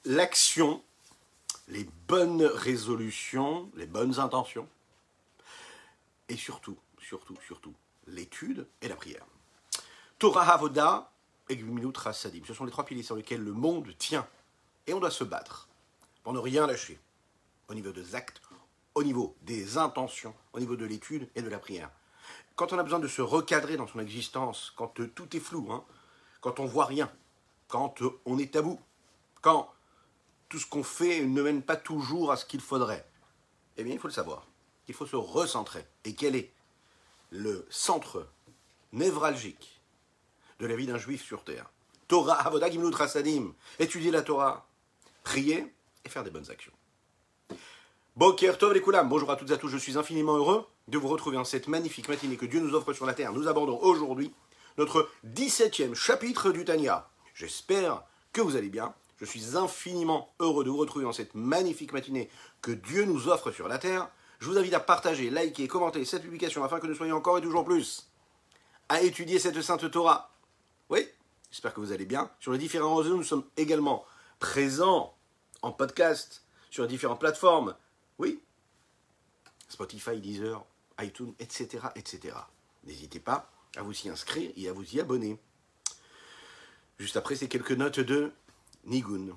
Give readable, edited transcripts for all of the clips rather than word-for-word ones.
l'action, les bonnes résolutions, les bonnes intentions, et surtout, l'étude et la prière. Torah Avoda et Gemilut Chassadim, ce sont les trois piliers sur lesquels le monde tient. Et on doit se battre pour ne rien lâcher, au niveau des actes, au niveau des intentions, au niveau de l'étude et de la prière. Quand on a besoin de se recadrer dans son existence, quand tout est flou, quand on voit rien, quand on est tabou, quand tout ce qu'on fait ne mène pas toujours à ce qu'il faudrait, eh bien il faut le savoir, il faut se recentrer. Et quel est le centre névralgique de la vie d'un juif sur terre? Torah, Avoda, Gemilut Chassadim, étudier la Torah, prier et faire des bonnes actions. Boker Tov les Koulam, bonjour à toutes et à tous, je suis infiniment heureux de vous retrouver en cette magnifique matinée que Dieu nous offre sur la terre. Nous abordons aujourd'hui notre 17e chapitre du Tanya. J'espère que vous allez bien. Je suis infiniment heureux de vous retrouver en cette magnifique matinée que Dieu nous offre sur la terre. Je vous invite à partager, liker, commenter cette publication afin que nous soyons encore et toujours plus à étudier cette sainte Torah. Oui, j'espère que vous allez bien. Sur les différents réseaux, nous sommes également présents en podcast sur les différentes plateformes. Oui, Spotify, Deezer, iTunes, etc., etc. N'hésitez pas à vous y inscrire et à vous y abonner. Juste après, c'est quelques notes de Nigun.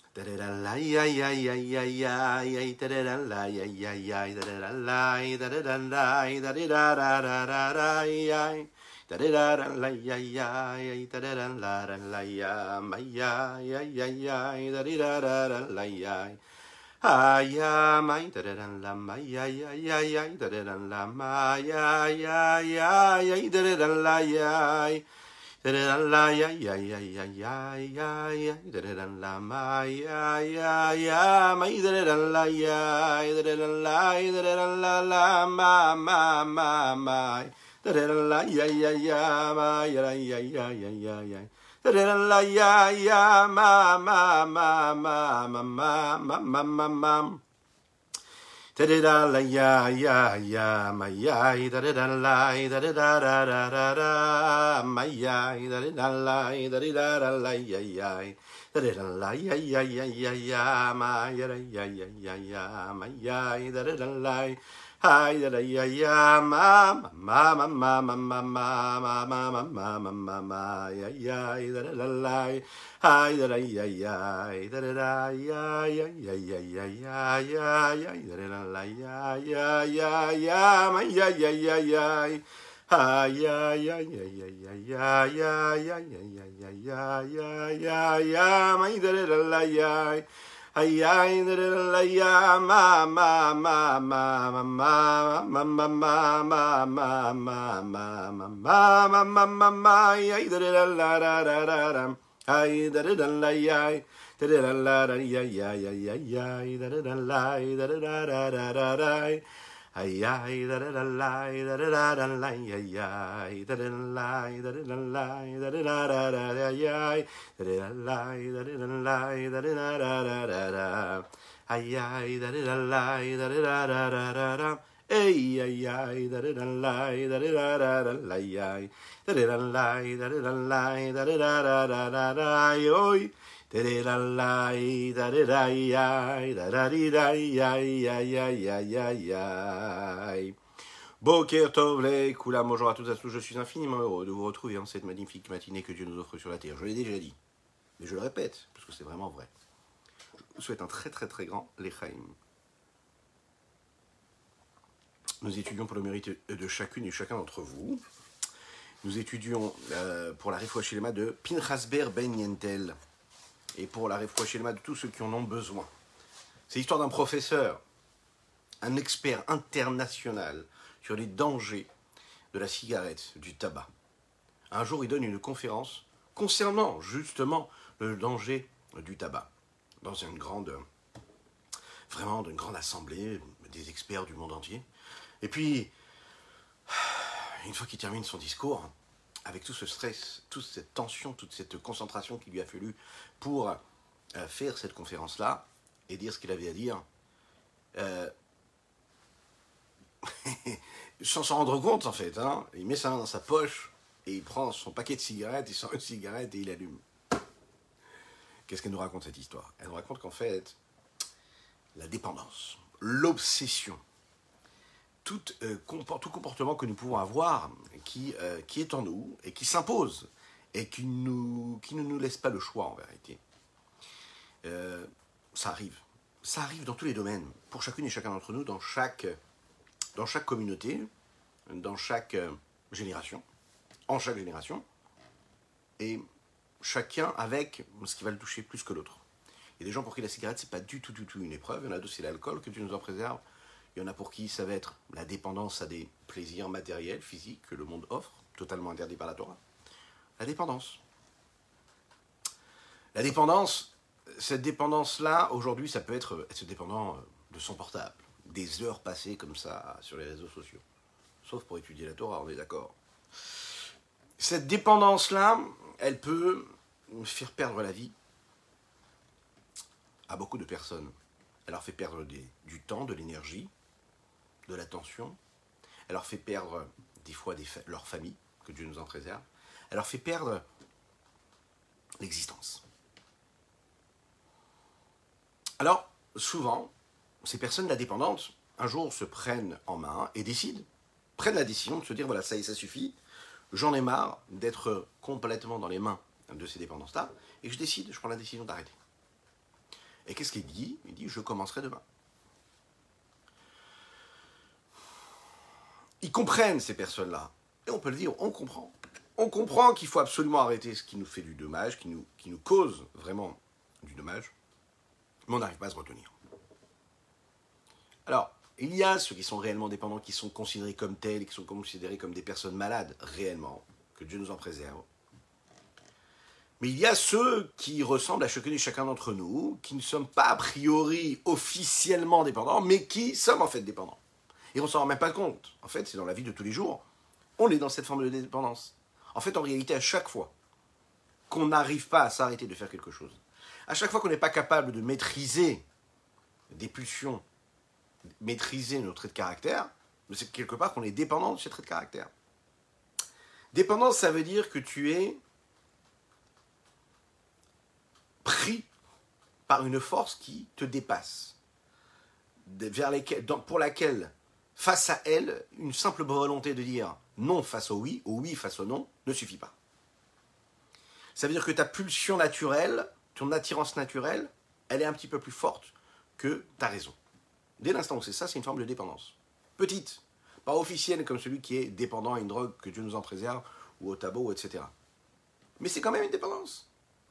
Ay ay da da la ma ay ay da da la ma ay ay da da la ay da da la ay ay da da la ma ay ay da da la ay da da la ma da da la ay Ta-da-la ya ya ma ma ma ma ma ma ma ma ma ma. Ta-da-la ya ya ya ma ya da-da-la da-da-da-da-da-da ma ya da-da-la da-da-da-la ya ya da-da-la ya ya ya ya ya ma ya ya ya ya ya ma ya da-da-la. Hi da da ya ya ma ma ma ma ma ma ma ma ma ma ma ma ma ma ya ya da da la la. Hi da da ya ya da da da ya ya ya ya ya ya ya ya da da la la ya ya ya ya ma ya ya ya ya. Hi ya ya ya ya ya ya ya ya ya ya ya ya ya ya ma da da la ya. Ay ay da da ya ma ma ma ma ma ma ma ma ma ma ma ma ma ma ma ma ma ma ay da da la da da da ay da da la ya da da la da ya ya ya ya ya da da la da da da da da ay ay da da la da da da la ya ya da da la da da la da da da da ya da da la da da la da da da da ay ay da da la da da da da ay ay ay da da la da da da la ya da da la da da la da da da da oi Boker Tov les Koulam, bonjour à toutes et à tous, je suis infiniment heureux de vous retrouver en cette magnifique matinée que Dieu nous offre sur la terre. Je l'ai déjà dit, mais je le répète, parce que c'est vraiment vrai. Je vous souhaite un très très très grand Lechaim. Nous étudions pour le mérite de chacune et chacun d'entre vous. Nous étudions pour la Refoua Shelema de Pinchas Ber Ben Yentel. Et pour la Refoua Shelema de tous ceux qui en ont besoin. C'est l'histoire d'un professeur, un expert international sur les dangers de la cigarette, du tabac. Un jour, il donne une conférence concernant justement le danger du tabac. Dans une grande assemblée des experts du monde entier. Et puis, une fois qu'il termine son discours, avec tout ce stress, toute cette tension, toute cette concentration qu'il lui a fallu pour faire cette conférence-là et dire ce qu'il avait à dire, sans s'en rendre compte en fait, il met ça dans sa poche et il prend son paquet de cigarettes, il sort une cigarette et il allume. Qu'est-ce qu'elle nous raconte cette histoire? Elle nous raconte qu'en fait, la dépendance, l'obsession, tout comportement que nous pouvons avoir qui est en nous et qui s'impose et qui ne nous laisse pas le choix en vérité. Ça arrive. Ça arrive dans tous les domaines, pour chacune et chacun d'entre nous, dans chaque communauté, dans chaque génération, en chaque génération, et chacun avec ce qui va le toucher plus que l'autre. Il y a des gens pour qui la cigarette, c'est pas du tout une épreuve. Il y en a d'autres, c'est l'alcool, que Dieu nous en préserve. Il y en a pour qui ça va être la dépendance à des plaisirs matériels, physiques, que le monde offre, totalement interdit par la Torah. La dépendance. La dépendance, cette dépendance-là, aujourd'hui, ça peut être dépendant de son portable. Des heures passées comme ça sur les réseaux sociaux. Sauf pour étudier la Torah, on est d'accord. Cette dépendance-là, elle peut faire perdre la vie à beaucoup de personnes. Elle leur fait perdre du temps, de l'énergie, de l'attention. Elle leur fait perdre des fois leur famille, que Dieu nous en préserve. Elle leur fait perdre l'existence. Alors, souvent, ces personnes-là dépendantes, un jour se prennent en main et prennent la décision de se dire, voilà, ça y est, ça suffit, j'en ai marre d'être complètement dans les mains de ces dépendances-là, et je prends la décision d'arrêter. Et qu'est-ce qu'il dit? Il dit, je commencerai demain. Ils comprennent, ces personnes-là. Et on peut le dire, on comprend. On comprend qu'il faut absolument arrêter ce qui nous fait du dommage, qui nous cause vraiment du dommage, mais on n'arrive pas à se retenir. Alors, il y a ceux qui sont réellement dépendants, qui sont considérés comme tels, qui sont considérés comme des personnes malades, réellement, que Dieu nous en préserve. Mais il y a ceux qui ressemblent à chacune et chacun d'entre nous, qui ne sommes pas a priori officiellement dépendants, mais qui sommes en fait dépendants. Et on ne s'en rend même pas compte. En fait, c'est dans la vie de tous les jours. On est dans cette forme de dépendance. En fait, en réalité, à chaque fois qu'on n'arrive pas à s'arrêter de faire quelque chose, à chaque fois qu'on n'est pas capable de maîtriser des pulsions, maîtriser nos traits de caractère, c'est quelque part qu'on est dépendant de ces traits de caractère. Dépendance, ça veut dire que tu es pris par une force qui te dépasse, pour laquelle, face à elle, une simple volonté de dire non face au oui face au non, ne suffit pas. Ça veut dire que ta pulsion naturelle, ton attirance naturelle, elle est un petit peu plus forte que ta raison. Dès l'instant où c'est ça, c'est une forme de dépendance. Petite, pas officielle comme celui qui est dépendant à une drogue, que Dieu nous en préserve, ou au tabac, etc. Mais c'est quand même une dépendance.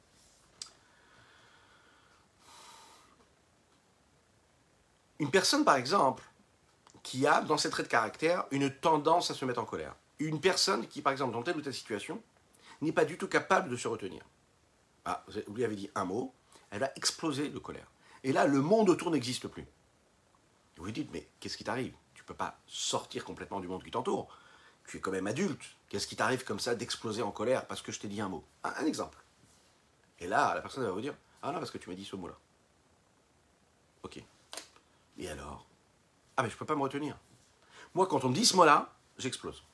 Une personne, par exemple, qui a, dans ses traits de caractère, une tendance à se mettre en colère. Une personne qui, par exemple, dans telle ou telle situation, n'est pas du tout capable de se retenir. Ah, vous lui avez dit un mot, elle va exploser de colère. Et là, le monde autour n'existe plus. Vous lui dites, mais qu'est-ce qui t'arrive? Tu ne peux pas sortir complètement du monde qui t'entoure. Tu es quand même adulte. Qu'est-ce qui t'arrive comme ça d'exploser en colère parce que je t'ai dit un mot? Un exemple. Et là, la personne va vous dire, ah non, parce que tu m'as dit ce mot-là. Ok. Et alors? Ah mais je ne peux pas me retenir. Moi, quand on me dit ce mot-là, j'explose.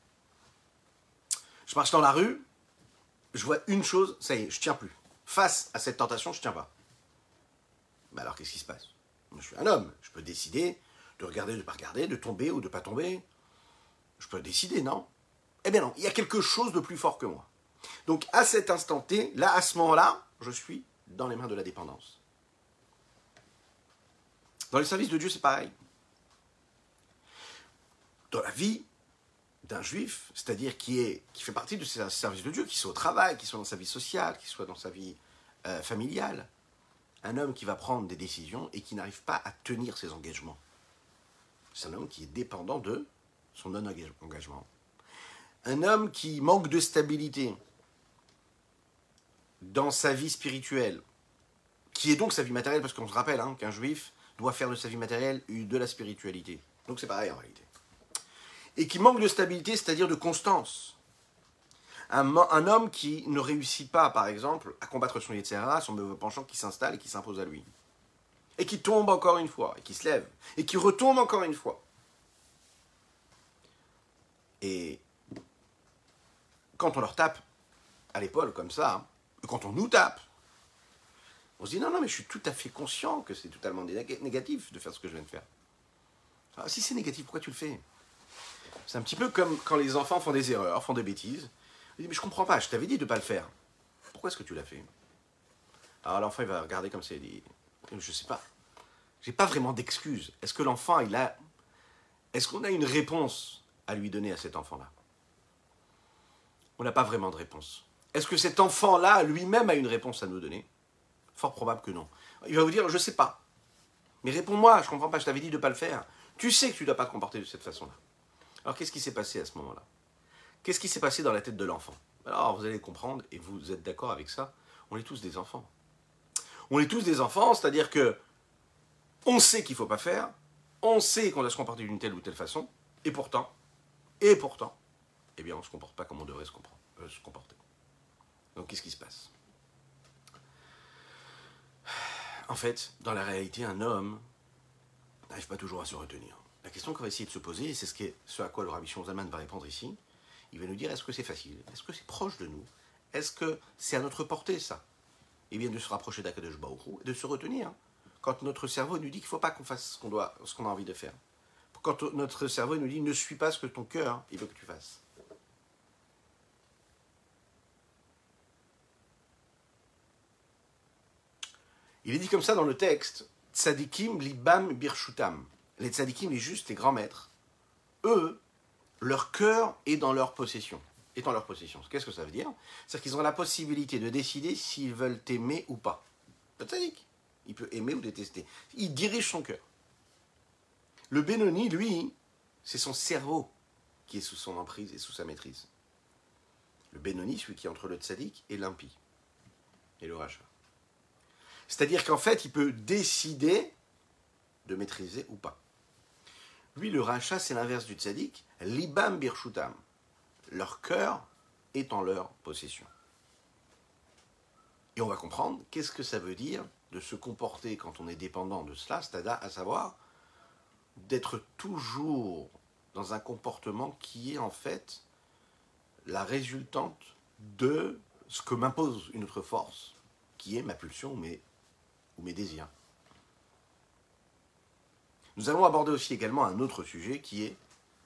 Je marche dans la rue, je vois une chose, ça y est, je ne tiens plus. Face à cette tentation, je ne tiens pas. Mais alors, qu'est-ce qui se passe? Moi, je suis un homme, je peux décider de regarder, de ne pas regarder, de tomber ou de ne pas tomber. Je peux décider, non? Eh bien non, il y a quelque chose de plus fort que moi. Donc, à cet instant T, là, à ce moment-là, je suis dans les mains de la dépendance. Dans les services de Dieu, c'est pareil. Dans la vie d'un juif, c'est-à-dire qui fait partie de ces services de Dieu, qui soit au travail, qui soit dans sa vie sociale, qui soit dans sa vie familiale, un homme qui va prendre des décisions et qui n'arrive pas à tenir ses engagements. C'est un homme qui est dépendant de son non-engagement. Un homme qui manque de stabilité dans sa vie spirituelle, qui est donc sa vie matérielle, parce qu'on se rappelle qu'un juif doit faire de sa vie matérielle de la spiritualité. Donc c'est pareil en réalité. Et qui manque de stabilité, c'est-à-dire de constance. Un homme qui ne réussit pas, par exemple, à combattre son Yetzirah, son mauvais penchant qui s'installe et qui s'impose à lui. Et qui tombe encore une fois, et qui se lève, et qui retombe encore une fois. Et quand on leur tape à l'épaule comme ça, quand on nous tape, On se dit, non, non, mais je suis tout à fait conscient que c'est totalement négatif de faire ce que je viens de faire. Alors, si c'est négatif, pourquoi tu le fais? C'est un petit peu comme quand les enfants font des erreurs, font des bêtises. On dit, mais je comprends pas, je t'avais dit de ne pas le faire. Pourquoi est-ce que tu l'as fait? Alors l'enfant, il va regarder comme ça et dit, je sais pas. J'ai pas vraiment d'excuse. Est-ce que l'enfant, est-ce qu'on a une réponse à lui donner à cet enfant-là? On n'a pas vraiment de réponse. Est-ce que cet enfant-là, lui-même, a une réponse à nous donner? Fort probable que non. Il va vous dire, je sais pas. Mais réponds-moi, je comprends pas, je t'avais dit de ne pas le faire. Tu sais que tu ne dois pas te comporter de cette façon-là. Alors qu'est-ce qui s'est passé à ce moment-là? Qu'est-ce qui s'est passé dans la tête de l'enfant? Alors vous allez comprendre, et vous êtes d'accord avec ça, on est tous des enfants. On est tous des enfants, c'est-à-dire que on sait qu'il ne faut pas faire, on sait qu'on doit se comporter d'une telle ou telle façon, et pourtant, eh bien on ne se comporte pas comme on devrait se comporter. Donc qu'est-ce qui se passe? En fait, dans la réalité, un homme n'arrive pas toujours à se retenir. La question qu'on va essayer de se poser, et c'est ce à quoi le Rabbi Shimon Zalman va répondre ici, il va nous dire, est-ce que c'est facile? Est-ce que c'est proche de nous? Est-ce que c'est à notre portée, ça? Eh bien, de se rapprocher d'Akadosh Baruch Hu, et de se retenir. Quand notre cerveau nous dit qu'il ne faut pas qu'on fasse ce qu'on a envie de faire. Quand notre cerveau nous dit, ne suis pas ce que ton cœur il veut que tu fasses. Il est dit comme ça dans le texte, Tzadikim libam birshutam. Les tzadikim, les justes, les grands maîtres, eux, leur cœur est dans leur possession. Est en leur possession. Qu'est-ce que ça veut dire? C'est-à-dire qu'ils ont la possibilité de décider s'ils veulent t'aimer ou pas. Le tzadik, il peut aimer ou détester. Il dirige son cœur. Le Benoni, lui, c'est son cerveau qui est sous son emprise et sous sa maîtrise. Le Benoni, celui qui est entre le tzadik et l'impie, et le rachat. C'est-à-dire qu'en fait, il peut décider de maîtriser ou pas. Lui, le rachat, c'est l'inverse du tzadik. Libam birshutam. Leur cœur est en leur possession. Et on va comprendre qu'est-ce que ça veut dire de se comporter quand on est dépendant de cela, c'est-à-dire à savoir d'être toujours dans un comportement qui est en fait la résultante de ce que m'impose une autre force, qui est ma pulsion ou mes désirs. Nous allons aborder aussi également un autre sujet qui est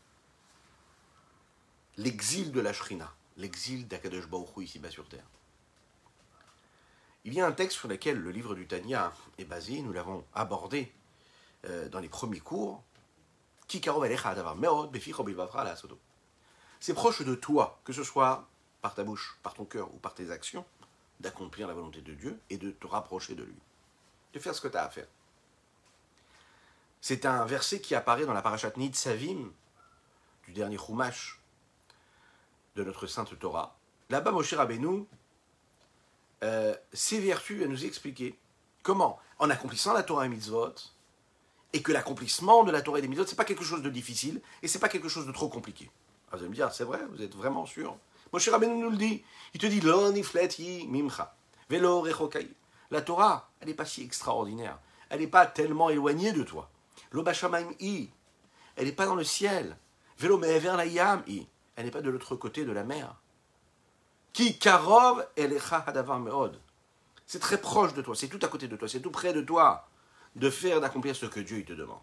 l'exil de la Shrina, l'exil d'Akadosh Baruch Hu ici-bas sur terre. Il y a un texte sur lequel le livre du Tanya est basé, nous l'avons abordé dans les premiers cours. C'est proche de toi, que ce soit par ta bouche, par ton cœur ou par tes actions, d'accomplir la volonté de Dieu et de te rapprocher de lui, de faire ce que tu as à faire. C'est un verset qui apparaît dans la parashat Nitzavim du dernier Chumash de notre Sainte Torah. Là-bas, Moshe Rabbeinu s'évertue à nous expliquer comment, en accomplissant la Torah et Mitzvot, et que l'accomplissement de la Torah et des Mitzvot, c'est pas quelque chose de difficile, et c'est pas quelque chose de trop compliqué. Alors vous allez me dire, c'est vrai, vous êtes vraiment sûr? Moshe Rabbeinu nous le dit. Il te dit, Lo nifleti mimcha, velo rechokai. La Torah, elle n'est pas si extraordinaire. Elle n'est pas tellement éloignée de toi. Lo bashamaim i. Elle n'est pas dans le ciel. Velo me'ever layam i. Elle n'est pas de l'autre côté de la mer. Ki karov elecha hadavar meod. C'est très proche de toi, c'est tout à côté de toi, c'est tout près de toi de faire, d'accomplir ce que Dieu il te demande.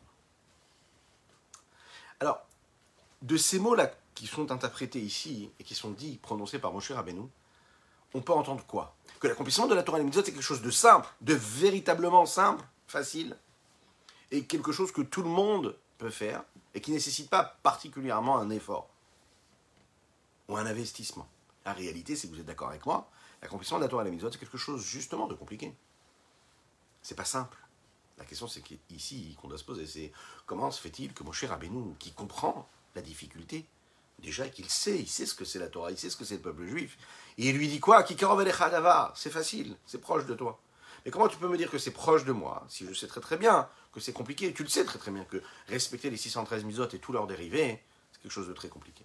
Alors, de ces mots-là qui sont interprétés ici et qui sont dits, prononcés par Moshe Rabbeinu, on peut entendre quoi? Que l'accomplissement de la Torah et des Mitzvot, c'est quelque chose de simple, de véritablement simple, facile, et quelque chose que tout le monde peut faire et qui ne nécessite pas particulièrement un effort ou un investissement. La réalité, si vous êtes d'accord avec moi, l'accomplissement de la Torah et des Mitzvot, c'est quelque chose justement de compliqué. C'est pas simple. La question, c'est qu'ici, qu'on doit se poser, c'est comment se fait-il que Moshe Rabbeinu, qui comprend la difficulté, déjà qu'il sait, il sait ce que c'est la Torah, il sait ce que c'est le peuple juif, et il lui dit quoi? Kikarov elecha davar, c'est facile, c'est proche de toi. Mais comment tu peux me dire que c'est proche de moi, si je sais très très bien que c'est compliqué? Tu le sais très très bien que respecter les 613 mitzvot et tous leurs dérivés, c'est quelque chose de très compliqué.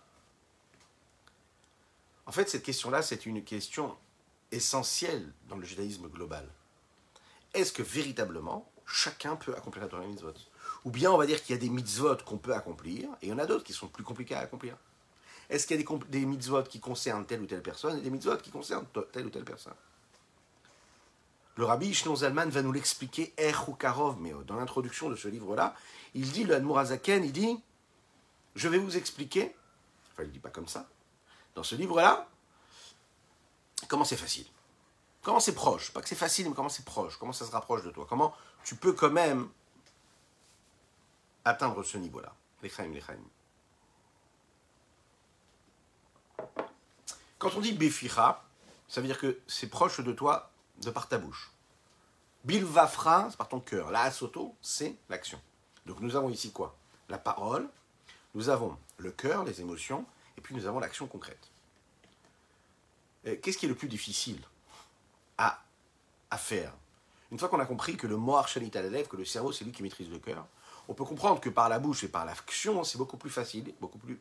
En fait, cette question-là, c'est une question essentielle dans le judaïsme global. Est-ce que véritablement, chacun peut accomplir la Torah et les mitzvot? Ou bien on va dire qu'il y a des mitzvot qu'on peut accomplir, et il y en a d'autres qui sont plus compliqués à accomplir. Est-ce qu'il y a des mitzvot qui concernent telle ou telle personne, et des mitzvot qui concernent telle ou telle personne? Le Rabbi Shlomo Zalman va nous l'expliquer, dans l'introduction de ce livre-là. Il dit, le Admour HaZaken, il dit, je vais vous expliquer, enfin il ne dit pas comme ça, dans ce livre-là, comment c'est facile. Comment c'est proche. Pas que c'est facile, mais comment c'est proche. Comment ça se rapproche de toi. Comment tu peux quand même atteindre ce niveau-là. L'Echaim. Quand on dit Beficha, ça veut dire que c'est proche de toi de par ta bouche. Bilvafra, c'est par ton cœur. La Asoto, c'est l'action. Donc nous avons ici quoi? La parole, nous avons le cœur, les émotions, et puis nous avons l'action concrète. Qu'est-ce qui est le plus difficile à faire? Une fois qu'on a compris que le Moar Shalit à l'élève, que le cerveau c'est lui qui maîtrise le cœur, on peut comprendre que par la bouche et par l'action, c'est beaucoup plus facile, beaucoup plus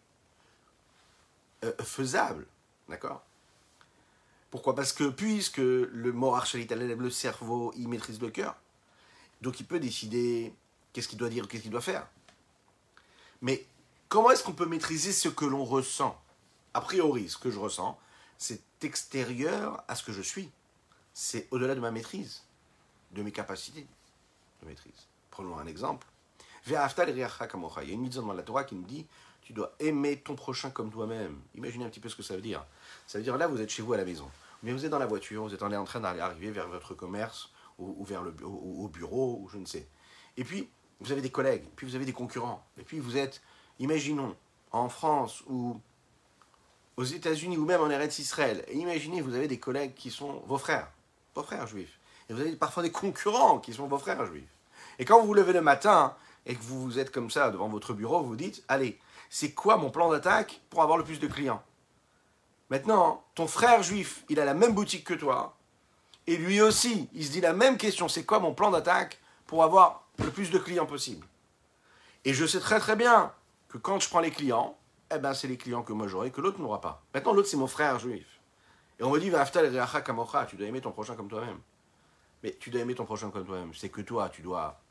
faisable. D'accord? Pourquoi? Parce que puisque le Moar Shalit à l'élève, le cerveau, il maîtrise le cœur, donc il peut décider qu'est-ce qu'il doit dire, qu'est-ce qu'il doit faire. Mais comment est-ce qu'on peut maîtriser ce que l'on ressent? A priori, ce que je ressens, c'est extérieur à ce que je suis. C'est au-delà de ma maîtrise, de mes capacités de maîtrise. Prenons un exemple. Il y a une mitzvah dans la Torah qui nous dit tu dois aimer ton prochain comme toi-même. Imaginez un petit peu ce que ça veut dire. Ça veut dire là, vous êtes chez vous à la maison. Mais vous êtes dans la voiture, vous êtes en train d'arriver vers votre commerce ou vers au bureau, ou je ne sais. Et puis, vous avez des collègues, puis vous avez des concurrents. Et puis, vous êtes, imaginons, en France ou aux États-Unis ou même en Eretz Israël. Et imaginez, vous avez des collègues qui sont vos frères juifs. Et vous avez parfois des concurrents qui sont vos frères juifs. Et quand vous vous levez le matin et que vous êtes comme ça devant votre bureau, vous vous dites, allez, c'est quoi mon plan d'attaque pour avoir le plus de clients? Maintenant, ton frère juif, il a la même boutique que toi, et lui aussi, il se dit la même question, c'est quoi mon plan d'attaque pour avoir le plus de clients possible? Et je sais très très bien que quand je prends les clients, eh ben c'est les clients que moi j'aurai, que l'autre n'aura pas. Maintenant, l'autre, c'est mon frère juif. Et on me dit, tu dois aimer ton prochain comme toi-même. Mais tu dois aimer ton prochain comme toi-même. C'est que toi, tu dois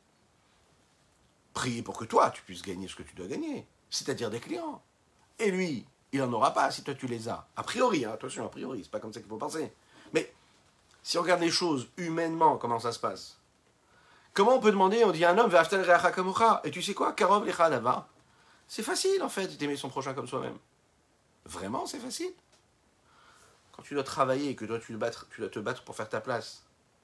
prier pour que toi, tu puisses gagner ce que tu dois gagner. C'est-à-dire des clients. Et lui, il n'en aura pas si toi tu les as. A priori, hein, attention, a priori, c'est pas comme ça qu'il faut penser. Mais si on regarde les choses humainement, comment ça se passe? Comment on peut demander, on dit à un homme, et tu sais quoi, Karov lecha là-bas? C'est facile en fait d'aimer son prochain comme soi-même. Vraiment, c'est facile. Quand tu dois travailler et que toi tu dois te battre pour faire ta place,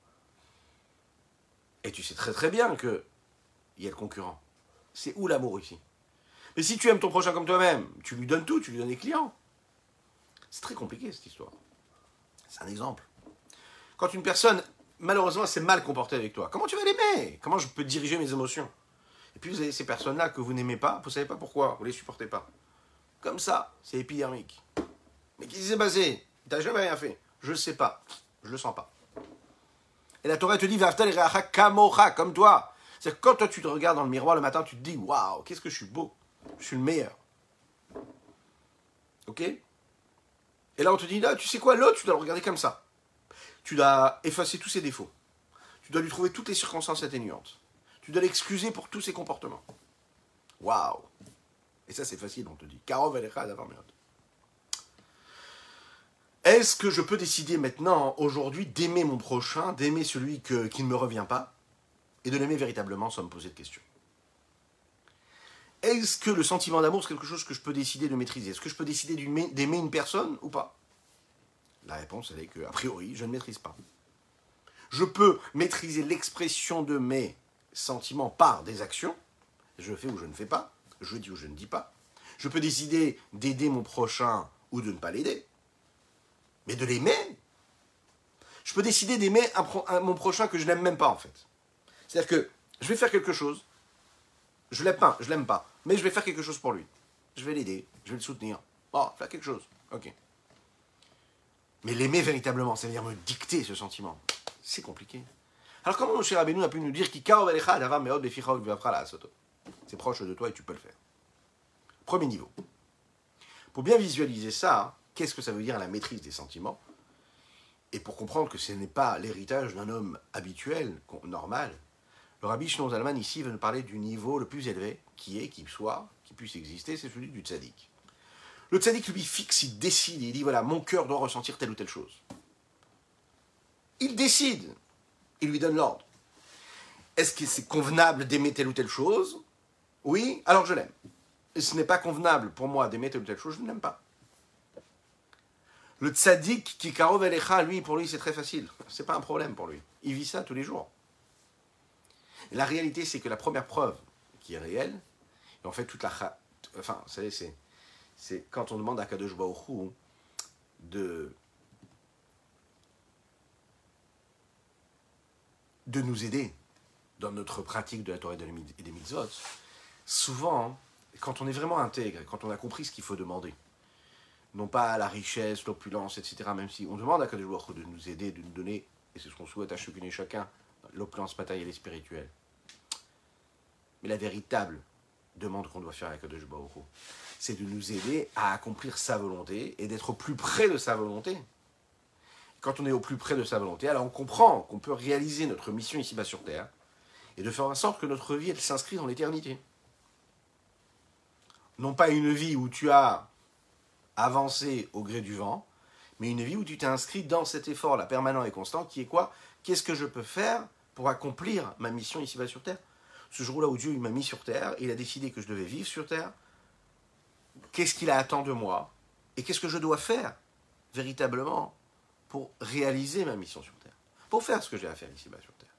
et tu sais très très bien que il y a le concurrent. C'est où l'amour ici? Mais si tu aimes ton prochain comme toi-même, tu lui donnes tout, tu lui donnes des clients. C'est très compliqué cette histoire. C'est un exemple. Quand une personne, malheureusement, s'est mal comportée avec toi, comment tu vas l'aimer? Comment je peux diriger mes émotions? Et puis vous avez ces personnes-là que vous n'aimez pas, vous ne savez pas pourquoi, vous ne les supportez pas. Comme ça, c'est épidermique. Mais qu'est-ce qui s'est passé? Tu n'as jamais rien fait. Je ne sais pas. Je ne le sens pas. Et la Torah te dit, Vaftal reacha kamocha, comme toi. C'est-à-dire que quand toi tu te regardes dans le miroir le matin, tu te dis, waouh, qu'est-ce que je suis beau. Je suis le meilleur. Ok? Et là on te dit, là, tu sais quoi, l'autre, tu dois le regarder comme ça. Tu dois effacer tous ses défauts. Tu dois lui trouver toutes les circonstances atténuantes. Tu dois l'excuser pour tous ses comportements. Waouh! Et ça c'est facile, on te dit. Karov alecha d'avoir merde. Est-ce que je peux décider maintenant, aujourd'hui, d'aimer mon prochain, d'aimer celui qui ne me revient pas, et de l'aimer véritablement sans me poser de questions? Est-ce que le sentiment d'amour, c'est quelque chose que je peux décider de maîtriser? Est-ce que je peux décider d'aimer une personne ou pas? La réponse, elle est que, a priori, je ne maîtrise pas. Je peux maîtriser l'expression de mes sentiments par des actions. Je fais ou je ne fais pas. Je dis ou je ne dis pas. Je peux décider d'aider mon prochain ou de ne pas l'aider. Mais de l'aimer, je peux décider d'aimer mon prochain que je n'aime même pas, en fait. C'est-à-dire que je vais faire quelque chose, je l'aime pas, mais je vais faire quelque chose pour lui. Je vais l'aider, je vais le soutenir. Oh, faire quelque chose, ok. Mais l'aimer véritablement, c'est-à-dire me dicter ce sentiment, c'est compliqué. Alors comment Moshe Rabbeinu a pu nous dire c'est proche de toi et tu peux le faire? Premier niveau. Pour bien visualiser ça, qu'est-ce que ça veut dire la maîtrise des sentiments? Et pour comprendre que ce n'est pas l'héritage d'un homme habituel, normal, le Rabbi Shlomo Zalman ici veut nous parler du niveau le plus élevé qui puisse exister, c'est celui du tzaddik. Le tzaddik lui fixe, il décide, il dit voilà, mon cœur doit ressentir telle ou telle chose. Il décide. Il lui donne l'ordre. Est-ce que c'est convenable d'aimer telle ou telle chose? Oui, alors je l'aime. Et ce n'est pas convenable pour moi d'aimer telle ou telle chose, je ne l'aime pas. Le tzaddik qui karov elecha, lui, pour lui, c'est très facile. C'est pas un problème pour lui. Il vit ça tous les jours. Et la réalité, c'est que la première preuve qui est réelle, et en fait, toute la... Enfin, vous savez, c'est quand on demande à Kadosh Baruch Hu de nous aider dans notre pratique de la Torah et des mitzvot, souvent, quand on est vraiment intègre, quand on a compris ce qu'il faut demander, non pas la richesse, l'opulence, etc., même si on demande à Kadosh Baruch Hu de nous aider, de nous donner, et c'est ce qu'on souhaite à chacune et chacun, l'opulence matérielle et spirituelle. Mais la véritable demande qu'on doit faire à Kadosh Baruch Hu, c'est de nous aider à accomplir sa volonté et d'être au plus près de sa volonté. Quand on est au plus près de sa volonté, alors on comprend qu'on peut réaliser notre mission ici-bas sur Terre et de faire en sorte que notre vie, elle s'inscrit dans l'éternité. Non pas une vie où tu as avancé au gré du vent, mais une vie où tu t'es inscrit dans cet effort-là, permanent et constant, qui est quoi? Qu'est-ce que je peux faire pour accomplir ma mission ici-bas sur Terre? Ce jour-là où Dieu m'a mis sur Terre, il a décidé que je devais vivre sur Terre. Qu'est-ce qu'il attend de moi? Et qu'est-ce que je dois faire, véritablement, pour réaliser ma mission sur Terre? Pour faire ce que j'ai à faire ici-bas sur Terre.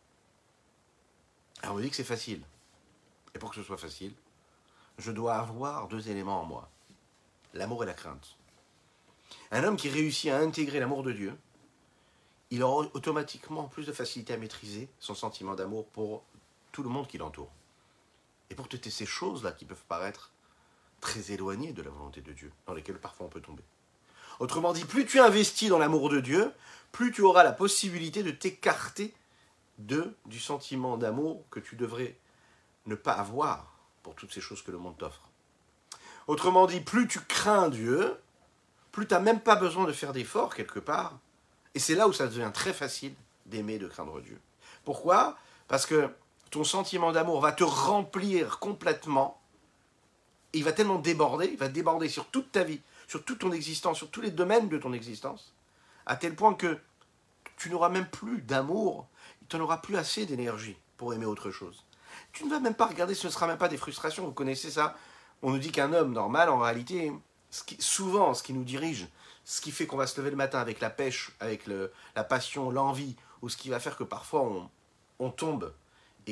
Alors on me dit que c'est facile. Et pour que ce soit facile, je dois avoir deux éléments en moi. L'amour et la crainte. Un homme qui réussit à intégrer l'amour de Dieu, il aura automatiquement plus de facilité à maîtriser son sentiment d'amour pour tout le monde qui l'entoure. Et pour toutes ces choses-là qui peuvent paraître très éloignées de la volonté de Dieu, dans lesquelles parfois on peut tomber. Autrement dit, plus tu investis dans l'amour de Dieu, plus tu auras la possibilité de t'écarter du sentiment d'amour que tu devrais ne pas avoir pour toutes ces choses que le monde t'offre. Autrement dit, plus tu crains Dieu, plus tu n'as même pas besoin de faire d'efforts quelque part. Et c'est là où ça devient très facile d'aimer et de craindre Dieu. Pourquoi? Parce que ton sentiment d'amour va te remplir complètement. Et il va tellement déborder, il va déborder sur toute ta vie, sur toute ton existence, sur tous les domaines de ton existence, à tel point que tu n'auras même plus d'amour, tu n'auras plus assez d'énergie pour aimer autre chose. Tu ne vas même pas regarder, ce ne sera même pas des frustrations, vous connaissez ça. On nous dit qu'un homme normal, en réalité, souvent ce qui nous dirige, ce qui fait qu'on va se lever le matin avec la pêche, avec la passion, l'envie, ou ce qui va faire que parfois on tombe et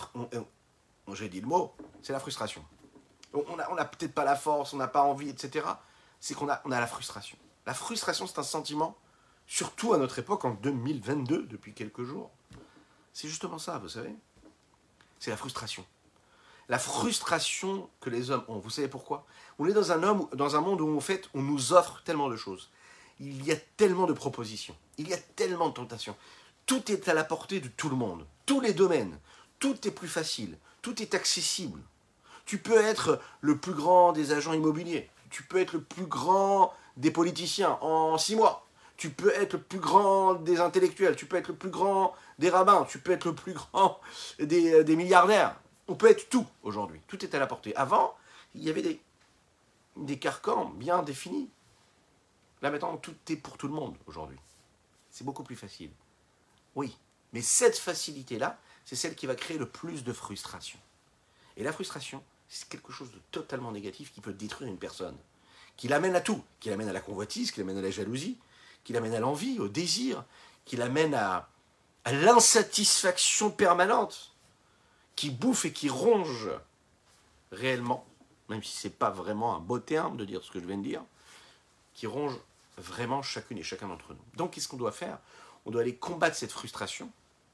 j'ai dit le mot, c'est la frustration. On n'a peut-être pas la force, on n'a pas envie, etc. C'est qu'on a la frustration. La frustration, c'est un sentiment, surtout à notre époque, en 2022, depuis quelques jours. C'est justement ça, vous savez. C'est la frustration. La frustration que les hommes ont. Vous savez pourquoi? On est dans un monde où, en fait, on nous offre tellement de choses. Il y a tellement de propositions. Il y a tellement de tentations. Tout est à la portée de tout le monde. Tous les domaines. Tout est plus facile. Tout est accessible. Tu peux être le plus grand des agents immobiliers. Tu peux être le plus grand des politiciens en 6 mois. Tu peux être le plus grand des intellectuels. Tu peux être le plus grand des rabbins. Tu peux être le plus grand des milliardaires. On peut être tout aujourd'hui. Tout est à la portée. Avant, il y avait des carcans bien définis. Là maintenant, tout est pour tout le monde aujourd'hui. C'est beaucoup plus facile. Oui, mais cette facilité-là, c'est celle qui va créer le plus de frustration. Et la frustration, c'est quelque chose de totalement négatif qui peut détruire une personne. Qui l'amène à tout. Qui l'amène à la convoitise, qui l'amène à la jalousie, qui l'amène à l'envie, au désir, qui l'amène à l'insatisfaction permanente, qui bouffe et qui ronge réellement, même si ce n'est pas vraiment un beau terme de dire ce que je viens de dire, qui ronge vraiment chacune et chacun d'entre nous. Donc, qu'est-ce qu'on doit faire? On doit aller combattre cette frustration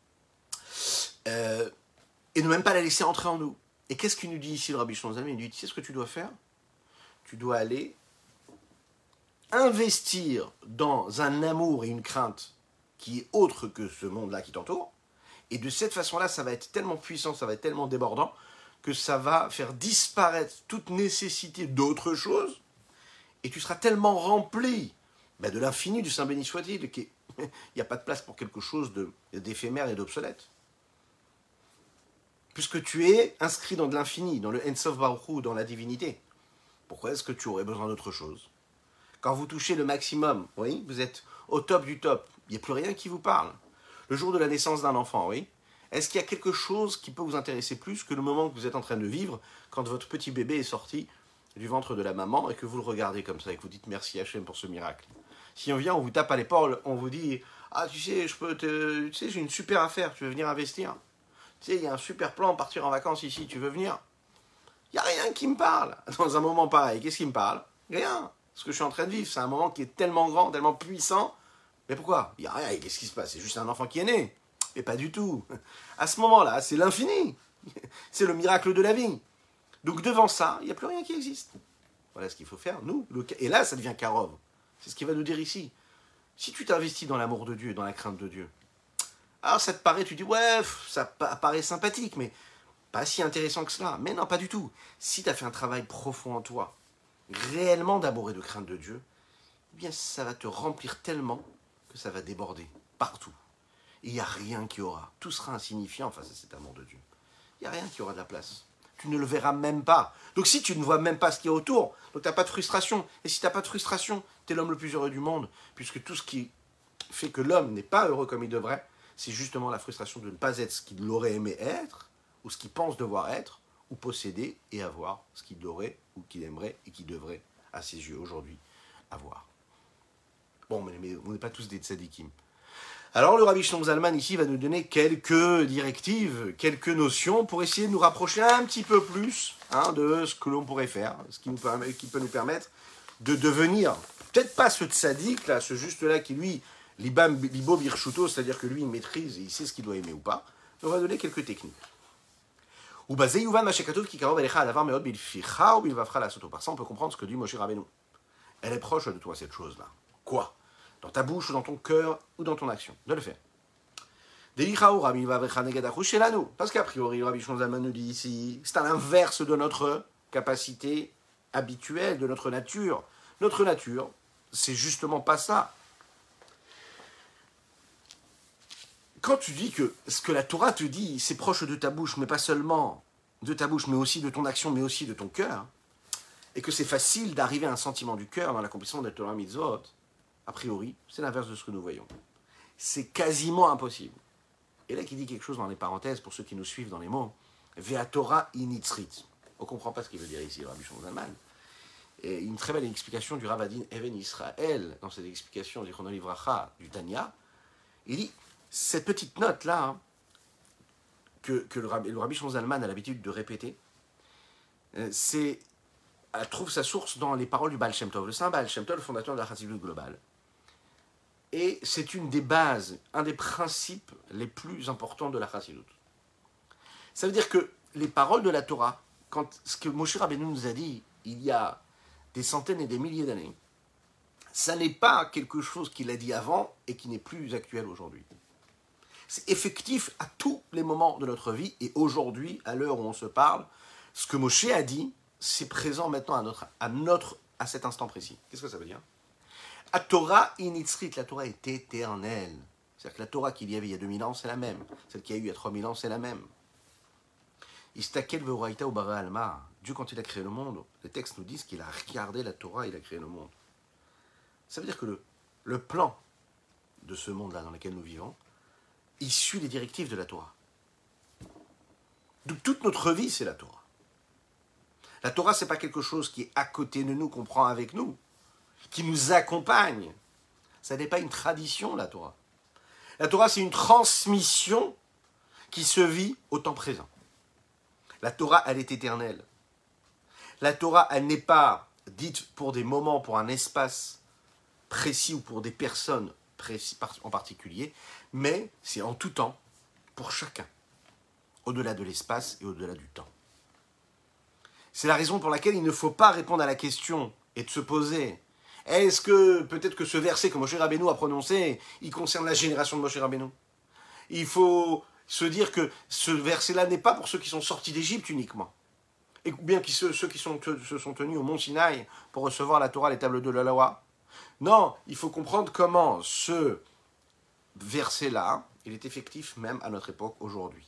et ne même pas la laisser entrer en nous. Et qu'est-ce qu'il nous dit ici, le Rabbi Shlomo Zalman? Il nous dit, tu sais ce que tu dois faire? Tu dois aller investir dans un amour et une crainte qui est autre que ce monde-là qui t'entoure. Et de cette façon-là, ça va être tellement puissant, ça va être tellement débordant, que ça va faire disparaître toute nécessité d'autre chose. Et tu seras tellement rempli de l'infini, du Saint béni soit-il, qu'il n'y a pas de place pour quelque chose d'éphémère et d'obsolète. Puisque tu es inscrit dans de l'infini, dans le Ensof Baruch Hu, dans la divinité. Pourquoi est-ce que tu aurais besoin d'autre chose? Quand vous touchez le maximum, oui, vous êtes au top du top, il n'y a plus rien qui vous parle. le jour de la naissance d'un enfant, oui. Est-ce qu'il y a quelque chose qui peut vous intéresser plus que le moment que vous êtes en train de vivre quand votre petit bébé est sorti du ventre de la maman et que vous le regardez comme ça et que vous dites merci Hachem pour ce miracle? Si on vient, on vous tape à l'épaule, on vous dit ah tu sais, j'ai une super affaire, tu veux venir investir? Tu sais, il y a un super plan, partir en vacances ici, tu veux venir? Il n'y a rien qui me parle dans un moment pareil. Qu'est-ce qui me parle? Rien. Ce que je suis en train de vivre, c'est un moment qui est tellement grand, tellement puissant. Mais pourquoi? Il n'y a rien. Qu'est-ce qui se passe? C'est juste un enfant qui est né. Mais pas du tout. À ce moment-là, c'est l'infini. C'est le miracle de la vie. Donc devant ça, il n'y a plus rien qui existe. Voilà ce qu'il faut faire, nous. Et là, ça devient Karov. C'est ce qu'il va nous dire ici. Si tu t'investis dans l'amour de Dieu, dans la crainte de Dieu, alors ça te paraît, tu dis, ouais, ça paraît sympathique, mais pas si intéressant que cela. Mais non, pas du tout. Si tu as fait un travail profond en toi, réellement d'amour et de crainte de Dieu, eh bien ça va te remplir tellement que ça va déborder partout. Et il n'y a rien qui aura. Tout sera insignifiant face à cet amour de Dieu. Il n'y a rien qui aura de la place. Tu ne le verras même pas. Donc si tu ne vois même pas ce qu'il y a autour, donc tu n'as pas de frustration. Et si tu n'as pas de frustration, tu es l'homme le plus heureux du monde, puisque tout ce qui fait que l'homme n'est pas heureux comme il devrait, c'est justement la frustration de ne pas être ce qu'il aurait aimé être, ou ce qu'il pense devoir être, ou posséder et avoir ce qu'il aurait, ou qu'il aimerait, et qu'il devrait, à ses yeux aujourd'hui, avoir. Bon, mais on n'est pas tous des tzadikim. Alors le Rabbi Shlomo Zalman ici va nous donner quelques directives, quelques notions pour essayer de nous rapprocher un petit peu plus de ce que l'on pourrait faire, ce qui peut nous permettre de devenir, peut-être pas ce tzaddik là, ce juste là qui lui, libo birchuto, c'est-à-dire que lui il maîtrise et il sait ce qu'il doit aimer ou pas, on va donner quelques techniques. Ou basé yuvan mashekatov ki karov elecha alavar meod bilficha ou bilvafra la soto. Par ça on peut comprendre ce que dit Moshe Rabbeinu. Elle est proche de toi cette chose là. Quoi? Dans ta bouche, ou dans ton cœur, ou dans ton action. De le faire. Parce qu'a priori, Rabbi Shlomo Zalman nous dit ici, c'est à l'inverse de notre capacité habituelle, de notre nature. Notre nature, c'est justement pas ça. Quand tu dis que ce que la Torah te dit, c'est proche de ta bouche, mais pas seulement de ta bouche, mais aussi de ton action, mais aussi de ton cœur, et que c'est facile d'arriver à un sentiment du cœur dans l'accomplissement de la Torah Mitzvot, a priori, c'est l'inverse de ce que nous voyons. C'est quasiment impossible. Et là, qui dit quelque chose dans les parenthèses, pour ceux qui nous suivent dans les mots, Vea Torah initzrit. On ne comprend pas ce qu'il veut dire ici, Rabbi Shlomo Zalman. Et une très belle explication du Ravadin Even Israël, dans cette explication du Chrono Livracha du Tanya, il dit, cette petite note-là, que le Rabbi Shlomo Zalman a l'habitude de répéter, elle trouve sa source dans les paroles du Baal Shem Tov, le saint Baal Shem Tov, le fondateur de la Chassidut globale. Et c'est une des bases, un des principes les plus importants de la Chassidut. Ça veut dire que les paroles de la Torah, ce que Moshe Rabbeinu nous a dit il y a des centaines et des milliers d'années, ça n'est pas quelque chose qu'il a dit avant et qui n'est plus actuel aujourd'hui. C'est effectif à tous les moments de notre vie, et aujourd'hui, à l'heure où on se parle, ce que Moshe a dit, c'est présent maintenant à cet instant précis. Qu'est-ce que ça veut dire? La Torah initzrit, la Torah est éternelle. C'est-à-dire que la Torah qu'il y avait il y a 2000 ans, c'est la même. Celle qu'il y a eu il y a 3000 ans, c'est la même. Istakel ve'oraita ou bara alma. Dieu, quand il a créé le monde, les textes nous disent qu'il a regardé la Torah, il a créé le monde. Ça veut dire que le plan de ce monde-là dans lequel nous vivons, il suit les directives de la Torah. Donc toute notre vie, c'est la Torah. La Torah, ce n'est pas quelque chose qui est à côté de nous, qu'on prend avec nous, qui nous accompagne. Ça n'est pas une tradition, la Torah. La Torah, c'est une transmission qui se vit au temps présent. La Torah, elle est éternelle. La Torah, elle n'est pas dite pour des moments, pour un espace précis ou pour des personnes précis en particulier, mais c'est en tout temps, pour chacun, au-delà de l'espace et au-delà du temps. C'est la raison pour laquelle il ne faut pas répondre à la question et de se poser est-ce que peut-être que ce verset que Moshe Rabbeinu a prononcé, il concerne la génération de Moshe Rabbeinu? Il faut se dire que ce verset-là n'est pas pour ceux qui sont sortis d'Égypte uniquement, et bien ceux qui se sont tenus au mont Sinaï pour recevoir la Torah, les tables de la Loi. Non, il faut comprendre comment ce verset-là, il est effectif même à notre époque aujourd'hui.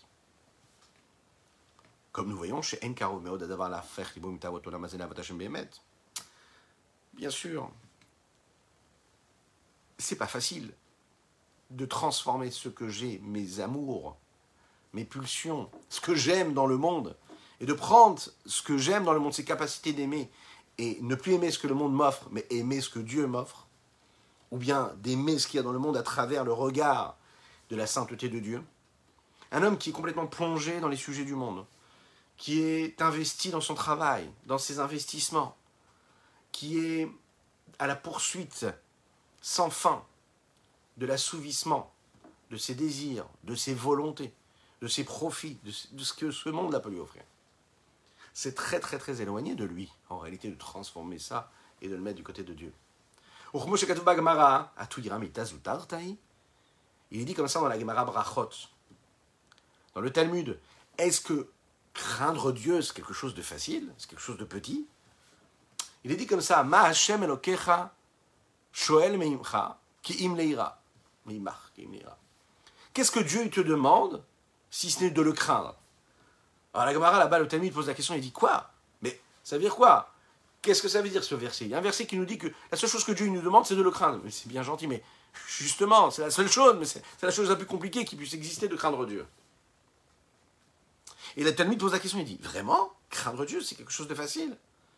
Comme nous voyons chez Enkaro Meod Adavar la Fer Libum Tawatona Mazena Vatachem Behemet. Bien sûr, c'est pas facile de transformer ce que j'ai, mes amours, mes pulsions, ce que j'aime dans le monde, et de prendre ce que j'aime dans le monde, ces capacités d'aimer, et ne plus aimer ce que le monde m'offre, mais aimer ce que Dieu m'offre, ou bien d'aimer ce qu'il y a dans le monde à travers le regard de la sainteté de Dieu. Un homme qui est complètement plongé dans les sujets du monde, qui est investi dans son travail, dans ses investissements, qui est à la poursuite sans fin de l'assouvissement de ses désirs, de ses volontés, de ses profits, de ce que ce monde peut lui offrir. C'est très très très éloigné de lui, en réalité, de transformer ça et de le mettre du côté de Dieu. Il est dit comme ça dans la Gemara Brachot, dans le Talmud. Est-ce que craindre Dieu, c'est quelque chose de facile, c'est quelque chose de petit? Il est dit comme ça, Ma Hashem Elokecha Shoel Meimcha Ki Im Leira. Qu'est-ce que Dieu te demande, si ce n'est de le craindre? Alors la Gemara là-bas, le Talmud pose la question, il dit quoi? Mais ça veut dire quoi? Qu'est-ce que ça veut dire ce verset? Il y a un verset qui nous dit que la seule chose que Dieu nous demande, c'est de le craindre. Mais c'est bien gentil, mais justement, c'est la seule chose, mais c'est la chose la plus compliquée qui puisse exister, de craindre Dieu. Et le Talmud pose la question, il dit, vraiment? Craindre Dieu, c'est quelque chose de facile?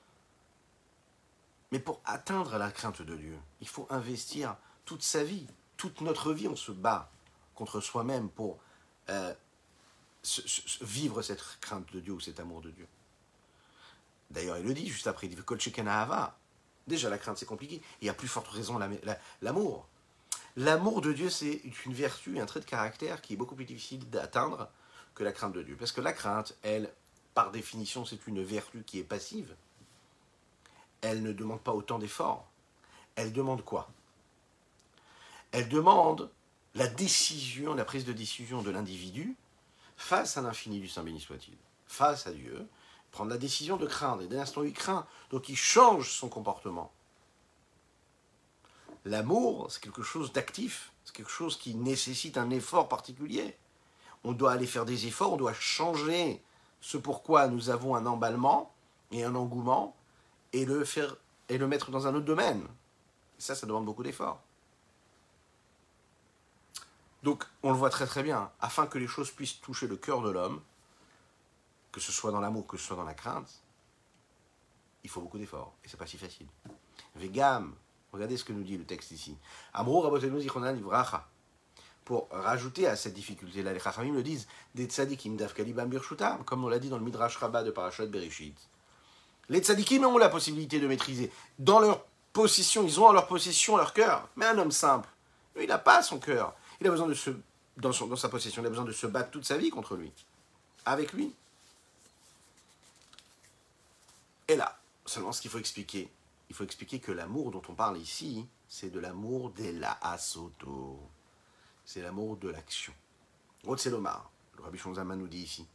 Mais pour atteindre la crainte de Dieu, il faut investir toute sa vie, toute notre vie, on se bat contre soi-même pour vivre cette crainte de Dieu ou cet amour de Dieu. D'ailleurs, il le dit juste après, il dit Kol Sheken Ahava. Déjà, la crainte, c'est compliqué. Et à plus forte raison, l'amour. L'amour de Dieu, c'est une vertu, un trait de caractère qui est beaucoup plus difficile d'atteindre que la crainte de Dieu. Parce que la crainte, elle, par définition, c'est une vertu qui est passive. Elle ne demande pas autant d'efforts. Elle demande quoi? Elle demande la décision, la prise de décision de l'individu face à l'infini du Saint béni soit-il, face à Dieu, prendre la décision de craindre. Et dès l'instant où il craint, donc il change son comportement. L'amour, c'est quelque chose d'actif, c'est quelque chose qui nécessite un effort particulier. On doit aller faire des efforts, on doit changer ce pourquoi nous avons un emballement et un engouement, et le mettre dans un autre domaine. Et ça demande beaucoup d'efforts. Donc, on le voit très très bien, afin que les choses puissent toucher le cœur de l'homme, que ce soit dans l'amour, que ce soit dans la crainte, il faut beaucoup d'efforts, et c'est pas si facile. Vegam, regardez ce que nous dit le texte ici. Amrou rabotenu zichronan livracha. Pour rajouter à cette difficulté-là, les Chachamim le disent, des tzadikim davkalibam birshutam, comme on l'a dit dans le Midrash Rabbah de Parashat Bereshit. Les tzadikim ont la possibilité de maîtriser. Dans leur possession, ils ont en leur possession leur cœur. Mais un homme simple, lui, il n'a pas son cœur. Il a besoin de dans sa possession, il a besoin de se battre toute sa vie contre lui, avec lui. Et là, seulement ce qu'il faut expliquer, il faut expliquer que l'amour dont on parle ici, c'est de l'amour de la asoto. C'est l'amour de l'action. Rotzelomar, le Rabbi Shlomo Zalman nous dit ici.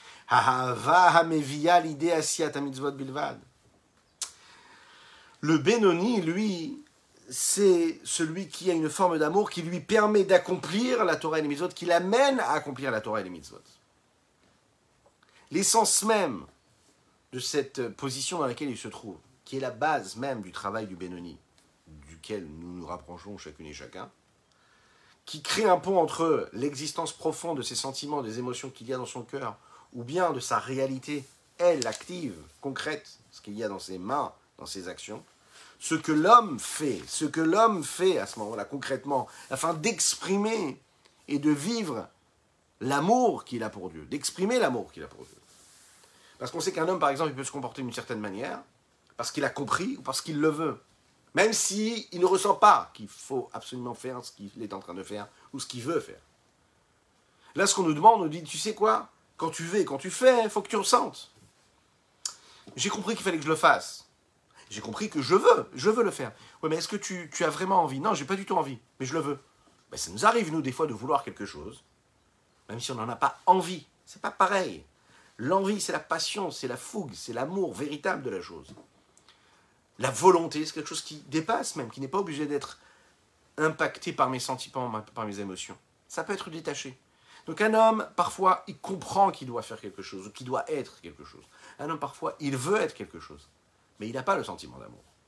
Le Benoni, lui, c'est celui qui a une forme d'amour qui lui permet d'accomplir la Torah et les mitzvot, qui l'amène à accomplir la Torah et les mitzvot. L'essence même de cette position dans laquelle il se trouve, qui est la base même du travail du Benoni, duquel nous nous rapprochons chacune et chacun, qui crée un pont entre l'existence profonde de ses sentiments, des émotions qu'il y a dans son cœur, ou bien de sa réalité, elle, active, concrète, ce qu'il y a dans ses mains, dans ses actions, ce que l'homme fait à ce moment-là, concrètement, afin d'exprimer et de vivre l'amour qu'il a pour Dieu, d'exprimer l'amour qu'il a pour Dieu. Parce qu'on sait qu'un homme, par exemple, il peut se comporter d'une certaine manière, parce qu'il a compris ou parce qu'il le veut. Même s'il ne ressent pas qu'il faut absolument faire ce qu'il est en train de faire ou ce qu'il veut faire. Là, ce qu'on nous demande, on nous dit, tu sais quoi? Quand tu veux et quand tu fais, il faut que tu ressentes. J'ai compris qu'il fallait que je le fasse. J'ai compris que je veux le faire. Oui, mais est-ce que tu as vraiment envie? Non, j'ai pas du tout envie, mais je le veux. Ben, ça nous arrive, nous, des fois, de vouloir quelque chose, même si on n'en a pas envie. C'est pas pareil. L'envie, c'est la passion, c'est la fougue, c'est l'amour véritable de la chose. La volonté, c'est quelque chose qui dépasse même, qui n'est pas obligé d'être impacté par mes sentiments, par mes émotions. Ça peut être détaché. Donc un homme, parfois, il comprend qu'il doit faire quelque chose, ou qu'il doit être quelque chose. Un homme, parfois, il veut être quelque chose, mais il n'a pas le sentiment d'amour.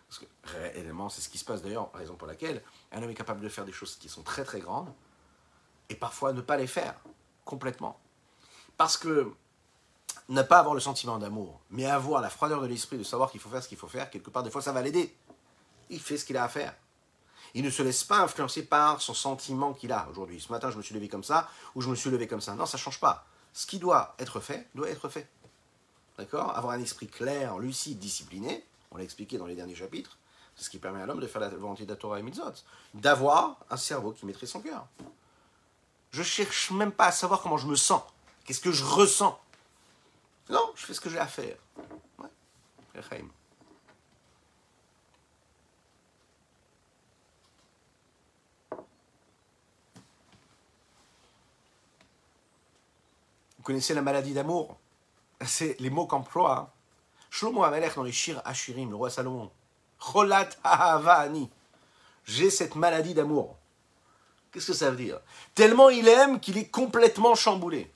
Parce que réellement, c'est ce qui se passe d'ailleurs, raison pour laquelle un homme est capable de faire des choses qui sont très très grandes et parfois ne pas les faire complètement. Parce que ne pas avoir le sentiment d'amour, mais avoir la froideur de l'esprit de savoir qu'il faut faire ce qu'il faut faire, quelque part, des fois, ça va l'aider. Il fait ce qu'il a à faire. Il ne se laisse pas influencer par son sentiment qu'il a aujourd'hui. Ce matin, je me suis levé comme ça, ou je me suis levé comme ça. Non, ça ne change pas. Ce qui doit être fait, doit être fait. D'accord? Avoir un esprit clair, lucide, discipliné, on l'a expliqué dans les derniers chapitres, c'est ce qui permet à l'homme de faire la volonté de la Torah et Mitzvot. D'avoir un cerveau qui maîtrise son cœur. Je ne cherche même pas à savoir comment je me sens. Qu'est-ce que je ressens? Non, je fais ce que j'ai à faire. Ouais. Echaim. Vous connaissez la maladie d'amour? C'est les mots qu'emploie hein. Shlomo Amelech dans les Shir Hashirim, le roi Salomon. Cholat ha'ava ani. J'ai cette maladie d'amour. Qu'est-ce que ça veut dire? Tellement il aime qu'il est complètement chamboulé.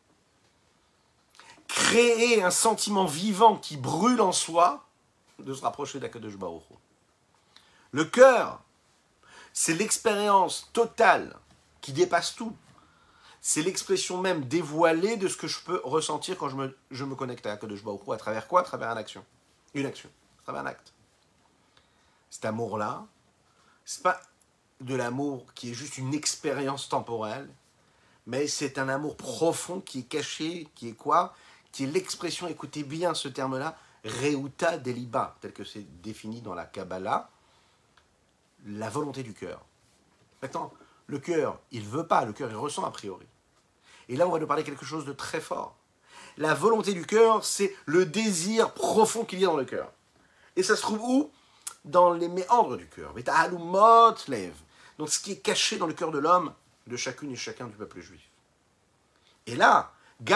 Créer un sentiment vivant qui brûle en soi, de se rapprocher d'Akadosh Baruch Hu. Le cœur, c'est l'expérience totale qui dépasse tout. C'est l'expression même dévoilée de ce que je peux ressentir quand je me connecte à Akadosh Baruch Hu. À travers quoi? À travers une action. À travers un acte. Cet amour-là, c'est pas de l'amour qui est juste une expérience temporelle, mais c'est un amour profond qui est caché, qui est quoi? Qui est l'expression, écoutez bien ce terme-là, Reuta Deliba, tel que c'est défini dans la Kabbalah, la volonté du cœur. Maintenant, le cœur, il ne veut pas, le cœur, il ressent a priori. Et là, on va nous parler de quelque chose de très fort. La volonté du cœur, c'est le désir profond qu'il y a dans le cœur. Et ça se trouve où? Dans les méandres du cœur. Donc ce qui est caché dans le cœur de l'homme, de chacune et chacun du peuple juif. Et là,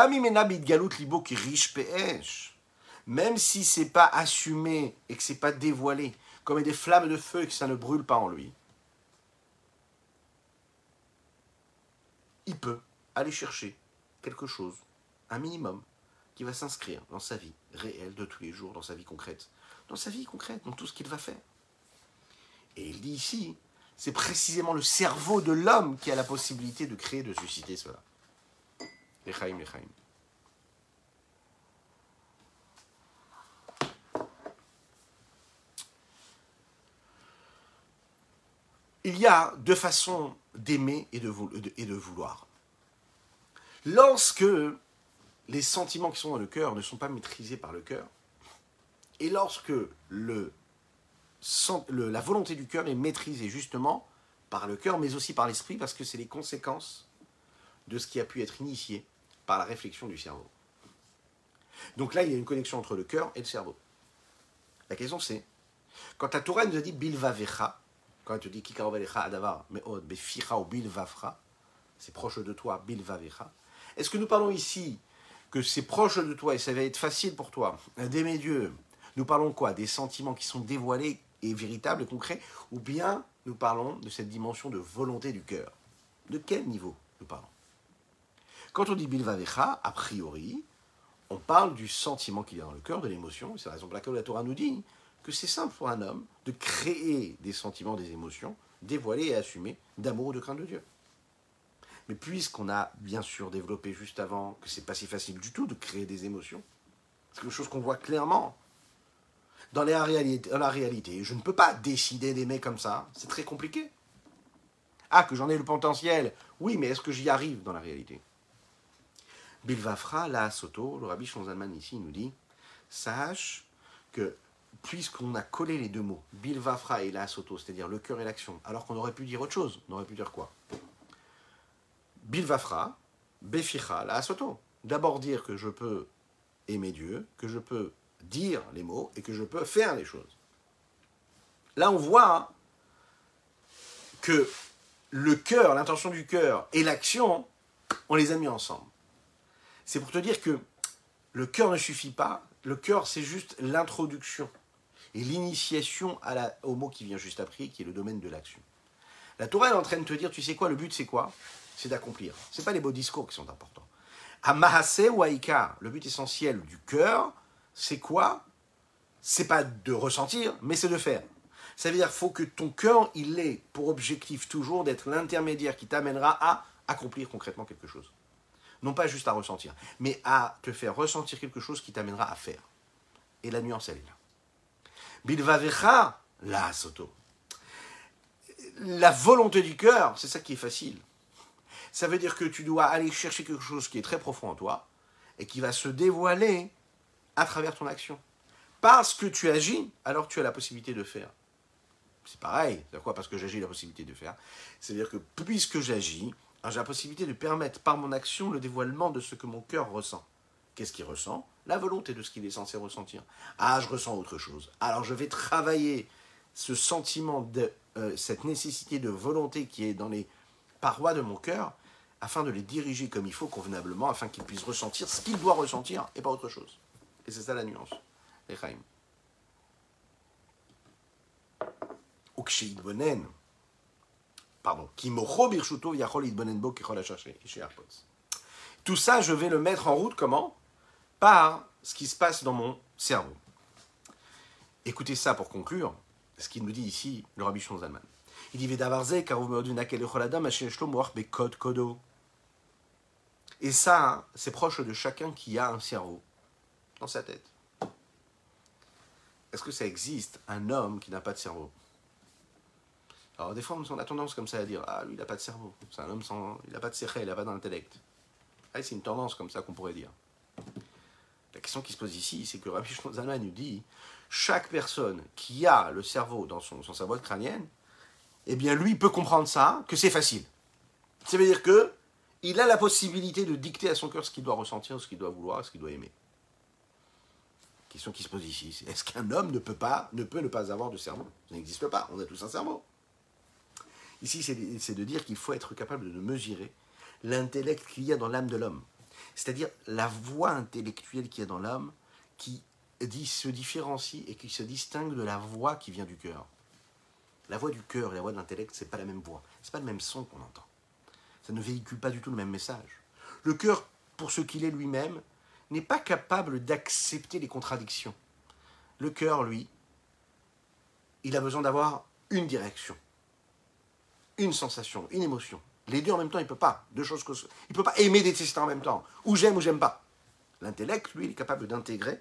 même si c'est pas assumé et que c'est pas dévoilé, comme des flammes de feu et que ça ne brûle pas en lui, il peut aller chercher quelque chose, un minimum, qui va s'inscrire dans sa vie réelle de tous les jours, dans sa vie concrète, dans tout ce qu'il va faire. Et il dit ici, c'est précisément le cerveau de l'homme qui a la possibilité de créer, de susciter cela. L'Echaim. Il y a deux façons d'aimer et de vouloir. Lorsque les sentiments qui sont dans le cœur ne sont pas maîtrisés par le cœur, et lorsque la volonté du cœur est maîtrisée justement par le cœur, mais aussi par l'esprit, parce que c'est les conséquences de ce qui a pu être initié par la réflexion du cerveau. Donc là, il y a une connexion entre le cœur et le cerveau. La question c'est, quand la Torah nous a dit bilvavecha, quand elle te dit kikarovelecha adavar meod beficha ou bilvavra, c'est proche de toi, bilvavecha, est-ce que nous parlons ici que c'est proche de toi et ça va être facile pour toi d'aimer Dieu? Nous parlons quoi? Des sentiments qui sont dévoilés et véritables et concrets, ou bien nous parlons de cette dimension de volonté du cœur? De quel niveau nous parlons? Quand on dit bilvavecha, a priori, on parle du sentiment qu'il y a dans le cœur, de l'émotion. C'est la raison pour laquelle la Torah nous dit que c'est simple pour un homme de créer des sentiments, des émotions, dévoilés et assumés d'amour ou de crainte de Dieu. Mais puisqu'on a bien sûr développé juste avant que c'est pas si facile du tout de créer des émotions, c'est quelque chose qu'on voit clairement. Dans la réalité, je ne peux pas décider d'aimer comme ça, c'est très compliqué. Ah, que j'en ai le potentiel, oui, mais est-ce que j'y arrive dans la réalité? Bilvafra, la Soto, le Rabbi Shonzalman ici nous dit, sache que puisqu'on a collé les deux mots, Bilvafra et la Soto, c'est-à-dire le cœur et l'action, alors qu'on aurait pu dire autre chose, on aurait pu dire quoi? Bilvafra, Beficha, la Soto. D'abord dire que je peux aimer Dieu, que je peux dire les mots et que je peux faire les choses. Là, on voit que le cœur, l'intention du cœur et l'action, on les a mis ensemble. C'est pour te dire que le cœur ne suffit pas, le cœur c'est juste l'introduction et l'initiation au mot qui vient juste après, qui est le domaine de l'action. La Torah est en train de te dire, tu sais quoi, le but c'est quoi? C'est d'accomplir. Ce n'est pas les beaux discours qui sont importants. À Mahaseh ou Aïkar, le but essentiel du cœur, c'est quoi? c'est pas de ressentir, mais c'est de faire. Ça veut dire qu'il faut que ton cœur, il ait pour objectif toujours d'être l'intermédiaire qui t'amènera à accomplir concrètement quelque chose. Non pas juste à ressentir, mais à te faire ressentir quelque chose qui t'amènera à faire. Et la nuance, elle est là. Bilvavecha, la soto. La volonté du cœur, c'est ça qui est facile. Ça veut dire que tu dois aller chercher quelque chose qui est très profond en toi et qui va se dévoiler à travers ton action. Parce que tu agis, alors tu as la possibilité de faire. C'est pareil. C'est quoi? Parce que j'agis, la possibilité de faire. C'est-à-dire que puisque j'agis, j'ai la possibilité de permettre par mon action le dévoilement de ce que mon cœur ressent. Qu'est-ce qu'il ressent? La volonté de ce qu'il est censé ressentir. Ah, je ressens autre chose. Alors je vais travailler ce sentiment de cette nécessité de volonté qui est dans les parois de mon cœur afin de les diriger comme il faut convenablement, afin qu'ils puissent ressentir ce qu'ils doivent ressentir et pas autre chose. Et c'est ça la nuance. Echaim. Uksheitbonen. Pardon. Kimocho birshuto yachol itbonen bo kechol chez AirPods. Tout ça, je vais le mettre en route comment? Par ce qui se passe dans mon cerveau. Écoutez ça pour conclure, ce qu'il nous dit ici, le Rabbi Shimon Zalman. Il dit Vedavarze, karuv meod v'nakel echol adam asher shlo moach bekod kodo. Et ça, c'est proche de chacun qui a un cerveau dans sa tête. Est-ce que ça existe un homme qui n'a pas de cerveau? Alors des fois, on a tendance comme ça à dire ah lui il n'a pas de cerveau, c'est un homme sans, il n'a pas de séché, il n'a pas d'intellect. Ah, c'est une tendance comme ça qu'on pourrait dire. La question qui se pose ici, c'est que Rabbi Shimon Zalman nous dit chaque personne qui a le cerveau dans sa boîte crânienne, eh bien lui peut comprendre ça, que c'est facile. Ça veut dire que il a la possibilité de dicter à son cœur ce qu'il doit ressentir, ce qu'il doit vouloir, ce qu'il doit aimer. La question qui se pose ici, c'est est-ce qu'un homme ne peut ne pas avoir de cerveau? Ça n'existe pas, on a tous un cerveau. Ici, c'est de dire qu'il faut être capable de mesurer l'intellect qu'il y a dans l'âme de l'homme. C'est-à-dire la voix intellectuelle qu'il y a dans l'homme qui se différencie et qui se distingue de la voix qui vient du cœur. La voix du cœur et la voix de l'intellect, ce n'est pas la même voix. Ce n'est pas le même son qu'on entend. Ça ne véhicule pas du tout le même message. Le cœur, pour ce qu'il est lui-même, n'est pas capable d'accepter les contradictions. Le cœur, lui, il a besoin d'avoir une direction, une sensation, une émotion. Les deux en même temps, il ne peut pas. Deux choses que... Il ne peut pas aimer, détester en même temps. Ou j'aime pas. L'intellect, lui, il est capable d'intégrer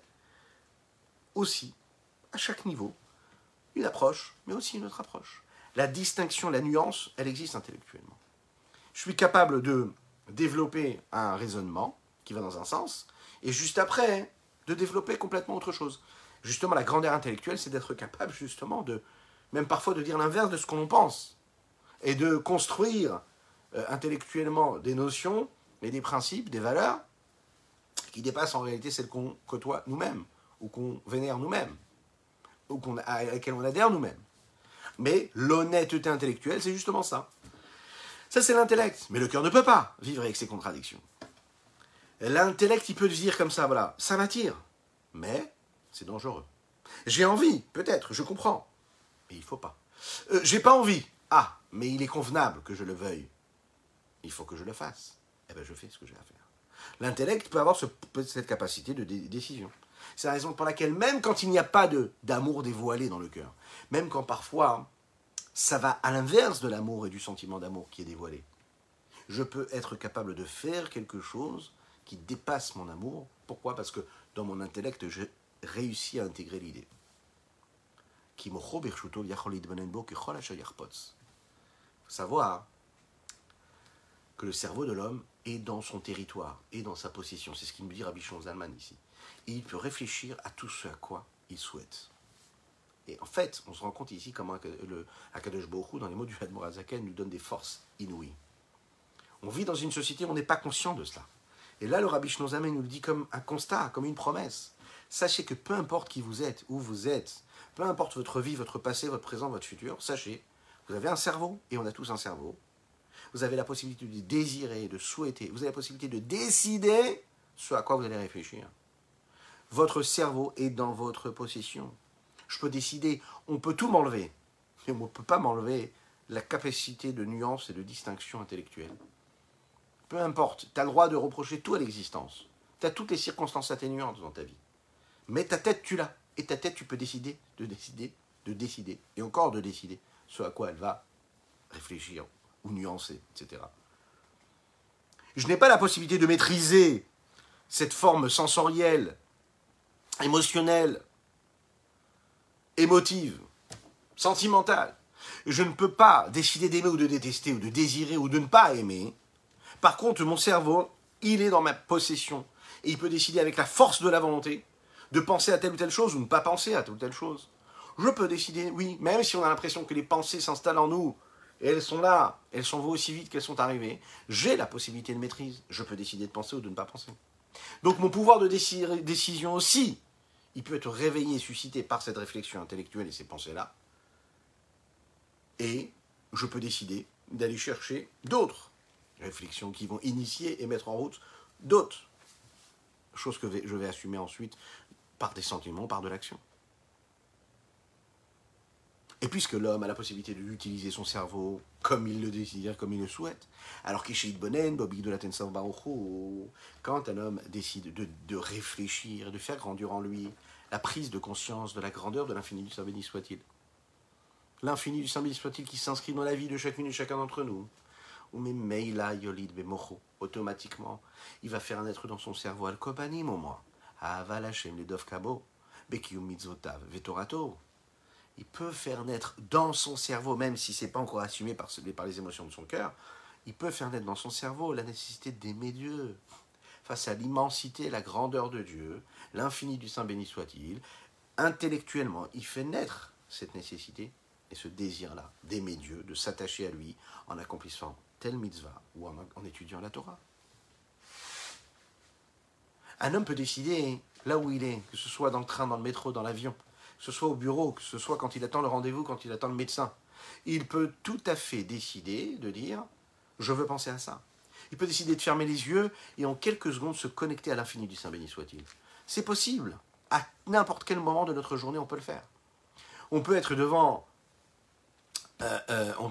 aussi, à chaque niveau, une approche, mais aussi une autre approche. La distinction, la nuance, elle existe intellectuellement. Je suis capable de développer un raisonnement qui va dans un sens, et juste après, de développer complètement autre chose. Justement, la grandeur intellectuelle, c'est d'être capable, justement, même parfois de dire l'inverse de ce qu'on pense, et de construire intellectuellement des notions et des principes, des valeurs, qui dépassent en réalité celles qu'on côtoie nous-mêmes, ou qu'on vénère nous-mêmes, ou à laquelle on adhère nous-mêmes. Mais l'honnêteté intellectuelle, c'est justement ça. Ça, c'est l'intellect. Mais le cœur ne peut pas vivre avec ces contradictions. L'intellect, il peut dire comme ça, voilà, ça m'attire, mais c'est dangereux. J'ai envie, peut-être, je comprends, mais il ne faut pas. J'ai pas envie, ah, mais il est convenable que je le veuille. Il faut que je le fasse. Eh bien, je fais ce que j'ai à faire. L'intellect peut avoir cette capacité de décision. C'est la raison pour laquelle, même quand il n'y a pas d'amour dévoilé dans le cœur, même quand parfois ça va à l'inverse de l'amour et du sentiment d'amour qui est dévoilé, je peux être capable de faire quelque chose qui dépasse mon amour. Pourquoi? Parce que dans mon intellect, j'ai réussi à intégrer l'idée. Il faut savoir que le cerveau de l'homme est dans son territoire, est dans sa possession. C'est ce qu'il nous dit Rabbi Shimon Zalman ici. Et il peut réfléchir à tout ce à quoi il souhaite. Et en fait, on se rend compte ici comment le Akadosh Baruch Hu, dans les mots du Admor Hazaken, nous donne des forces inouïes. On vit dans une société où on n'est pas conscient de cela. Et là, le Rabbi Shimon Zalman nous le dit comme un constat, comme une promesse. Sachez que peu importe qui vous êtes, où vous êtes, peu importe votre vie, votre passé, votre présent, votre futur, sachez, vous avez un cerveau, et on a tous un cerveau. Vous avez la possibilité de désirer, de souhaiter, vous avez la possibilité de décider ce à quoi vous allez réfléchir. Votre cerveau est dans votre possession. Je peux décider, on peut tout m'enlever, mais on ne peut pas m'enlever la capacité de nuance et de distinction intellectuelle. Peu importe, tu as le droit de reprocher tout à l'existence. Tu as toutes les circonstances atténuantes dans ta vie. Mais ta tête, tu l'as. Et ta tête, tu peux décider, et encore de décider ce à quoi elle va réfléchir ou nuancer, etc. Je n'ai pas la possibilité de maîtriser cette forme sensorielle, émotionnelle, émotive, sentimentale. Je ne peux pas décider d'aimer ou de détester, ou de désirer ou de ne pas aimer. Par contre, mon cerveau, il est dans ma possession. Et il peut décider avec la force de la volonté de penser à telle ou telle chose ou ne pas penser à telle ou telle chose. Je peux décider, oui, même si on a l'impression que les pensées s'installent en nous, et elles sont là, elles s'en vont aussi vite qu'elles sont arrivées, j'ai la possibilité de maîtrise. Je peux décider de penser ou de ne pas penser. Donc mon pouvoir de décision aussi, il peut être réveillé, suscité par cette réflexion intellectuelle et ces pensées-là. Et je peux décider d'aller chercher d'autres réflexions qui vont initier et mettre en route d'autres choses que je vais assumer ensuite par des sentiments, par de l'action. Et puisque l'homme a la possibilité d'utiliser son cerveau comme il le désire, comme il le souhaite, alors qu'Ishéid Bonen, Bobik de la Tensav Baruch, quand un homme décide de réfléchir, de faire grandir en lui la prise de conscience de la grandeur de l'infini du Saint béni soit-il, l'infini du Saint béni soit-il qui s'inscrit dans la vie de chacune et chacun d'entre nous, ou même Meila Yolid Bemocho, automatiquement, il va faire naître dans son cerveau Al-Kobanim au moins, Aval Hashem Ledov Kabo, Bekiyum Mitzvotav Vetorato. Il peut faire naître dans son cerveau, même si ce n'est pas encore assumé par les émotions de son cœur, il peut faire naître dans son cerveau la nécessité d'aimer Dieu. Face à l'immensité, la grandeur de Dieu, l'infini du Saint béni soit-il, intellectuellement, il fait naître cette nécessité et ce désir-là d'aimer Dieu, de s'attacher à lui en accomplissant telle mitzvah ou en étudiant la Torah. Un homme peut décider là où il est, que ce soit dans le train, dans le métro, dans l'avion, que ce soit au bureau, que ce soit quand il attend le rendez-vous, quand il attend le médecin. Il peut tout à fait décider de dire « je veux penser à ça ». Il peut décider de fermer les yeux et en quelques secondes se connecter à l'infini du Saint béni soit-il. C'est possible. À n'importe quel moment de notre journée, on peut le faire. On peut être devant... on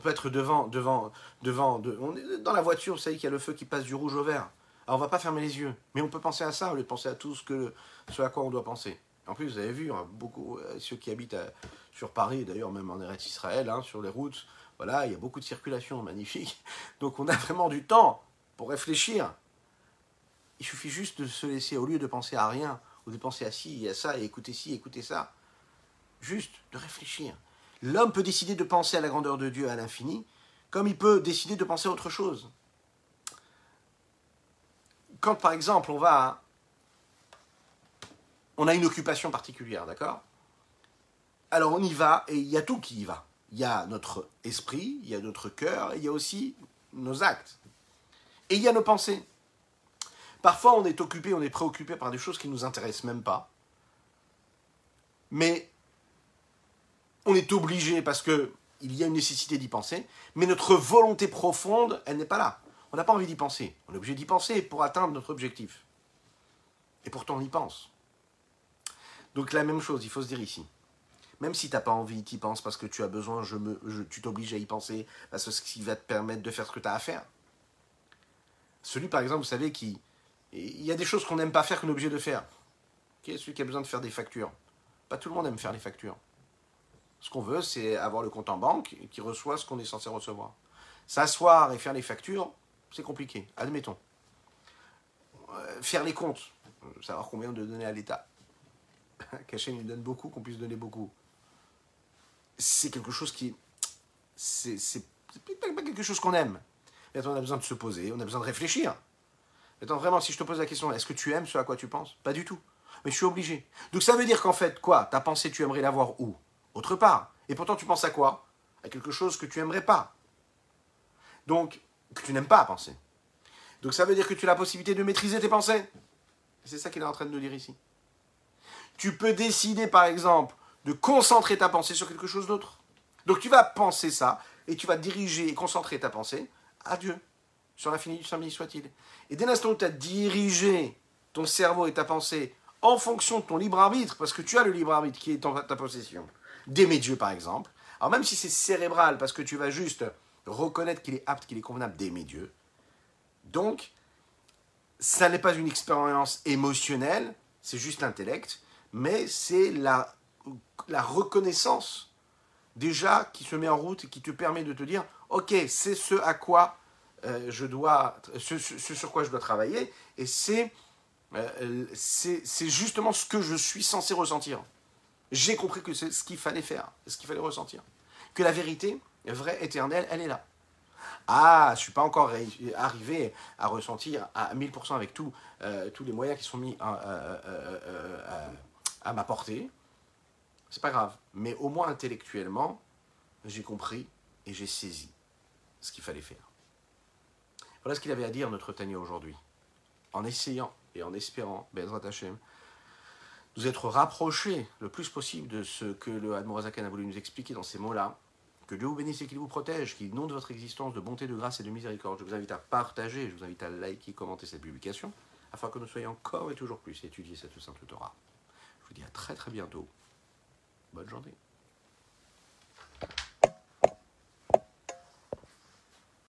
est dans la voiture, vous savez qu'il y a le feu qui passe du rouge au vert. Alors on ne va pas fermer les yeux, mais on peut penser à ça au lieu de penser à tout ce à quoi on doit penser. En plus, vous avez vu, beaucoup, ceux qui habitent sur Paris, d'ailleurs même en Eretz Israël, sur les routes, voilà, il y a beaucoup de circulation, magnifique. Donc on a vraiment du temps pour réfléchir. Il suffit juste de se laisser, au lieu de penser à rien, ou de penser à ci, à ça, et écouter ci, écouter ça, juste de réfléchir. L'homme peut décider de penser à la grandeur de Dieu à l'infini, comme il peut décider de penser à autre chose. Quand, par exemple, on a une occupation particulière, d'accord? Alors on y va, et il y a tout qui y va. Il y a notre esprit, il y a notre cœur, et il y a aussi nos actes. Et il y a nos pensées. Parfois on est occupé, on est préoccupé par des choses qui ne nous intéressent même pas. Mais on est obligé parce qu'il y a une nécessité d'y penser, mais notre volonté profonde, elle n'est pas là. On n'a pas envie d'y penser. On est obligé d'y penser pour atteindre notre objectif. Et pourtant on y pense. Donc la même chose, il faut se dire ici. Même si tu n'as pas envie, tu y penses parce que tu as besoin, tu t'obliges à y penser, parce que c'est ce qui va te permettre de faire ce que tu as à faire. Celui, par exemple, vous savez, il y a des choses qu'on n'aime pas faire qu'on est obligé de faire. Celui qui a besoin de faire des factures. Pas tout le monde aime faire les factures. Ce qu'on veut, c'est avoir le compte en banque et qui reçoit ce qu'on est censé recevoir. S'asseoir et faire les factures, c'est compliqué, admettons. Faire les comptes, savoir combien de donner à l'État. Qu'Hachem lui donne beaucoup, qu'on puisse donner beaucoup. C'est quelque chose qui... C'est pas quelque chose qu'on aime. Maintenant, on a besoin de se poser, on a besoin de réfléchir. Maintenant, vraiment, si je te pose la question, est-ce que tu aimes ce à quoi tu penses? Pas du tout. Mais je suis obligé. Donc ça veut dire qu'en fait, quoi? Ta pensée, tu aimerais l'avoir où? Autre part. Et pourtant, tu penses à quoi? À quelque chose que tu aimerais pas. Donc, que tu n'aimes pas penser. Donc ça veut dire que tu as la possibilité de maîtriser tes pensées. C'est ça qu'il est en train de nous dire ici. Tu peux décider, par exemple, de concentrer ta pensée sur quelque chose d'autre. Donc tu vas penser ça, et tu vas diriger et concentrer ta pensée à Dieu, sur l'infini du Saint béni soit-il. Et dès l'instant où tu as dirigé ton cerveau et ta pensée en fonction de ton libre arbitre, parce que tu as le libre arbitre qui est en ta possession, d'aimer Dieu par exemple, alors même si c'est cérébral, parce que tu vas juste reconnaître qu'il est apte, qu'il est convenable d'aimer Dieu, donc ça n'est pas une expérience émotionnelle, c'est juste l'intellect, mais c'est la reconnaissance déjà qui se met en route et qui te permet de te dire, ok, c'est ce à quoi je dois, ce sur quoi je dois travailler, et c'est justement ce que je suis censé ressentir. J'ai compris que c'est ce qu'il fallait faire, ce qu'il fallait ressentir. Que la vérité, vraie, éternelle, elle est là. Ah, je ne suis pas encore arrivé à ressentir à 1000% avec tous les moyens qui sont mis à ma portée. C'est pas grave. Mais au moins intellectuellement, j'ai compris et j'ai saisi ce qu'il fallait faire. Voilà ce qu'il avait à dire notre Tanya aujourd'hui. En essayant et en espérant, Be'ezrat Hashem, nous être rapprochés le plus possible de ce que le Admorazakan a voulu nous expliquer dans ces mots-là. Que Dieu vous bénisse et qu'il vous protège, qu'il inonde votre existence de bonté, de grâce et de miséricorde. Je vous invite à partager, je vous invite à liker, commenter cette publication, afin que nous soyons encore et toujours plus étudier cette Sainte Torah. Je vous dis à très très bientôt. Bonne journée.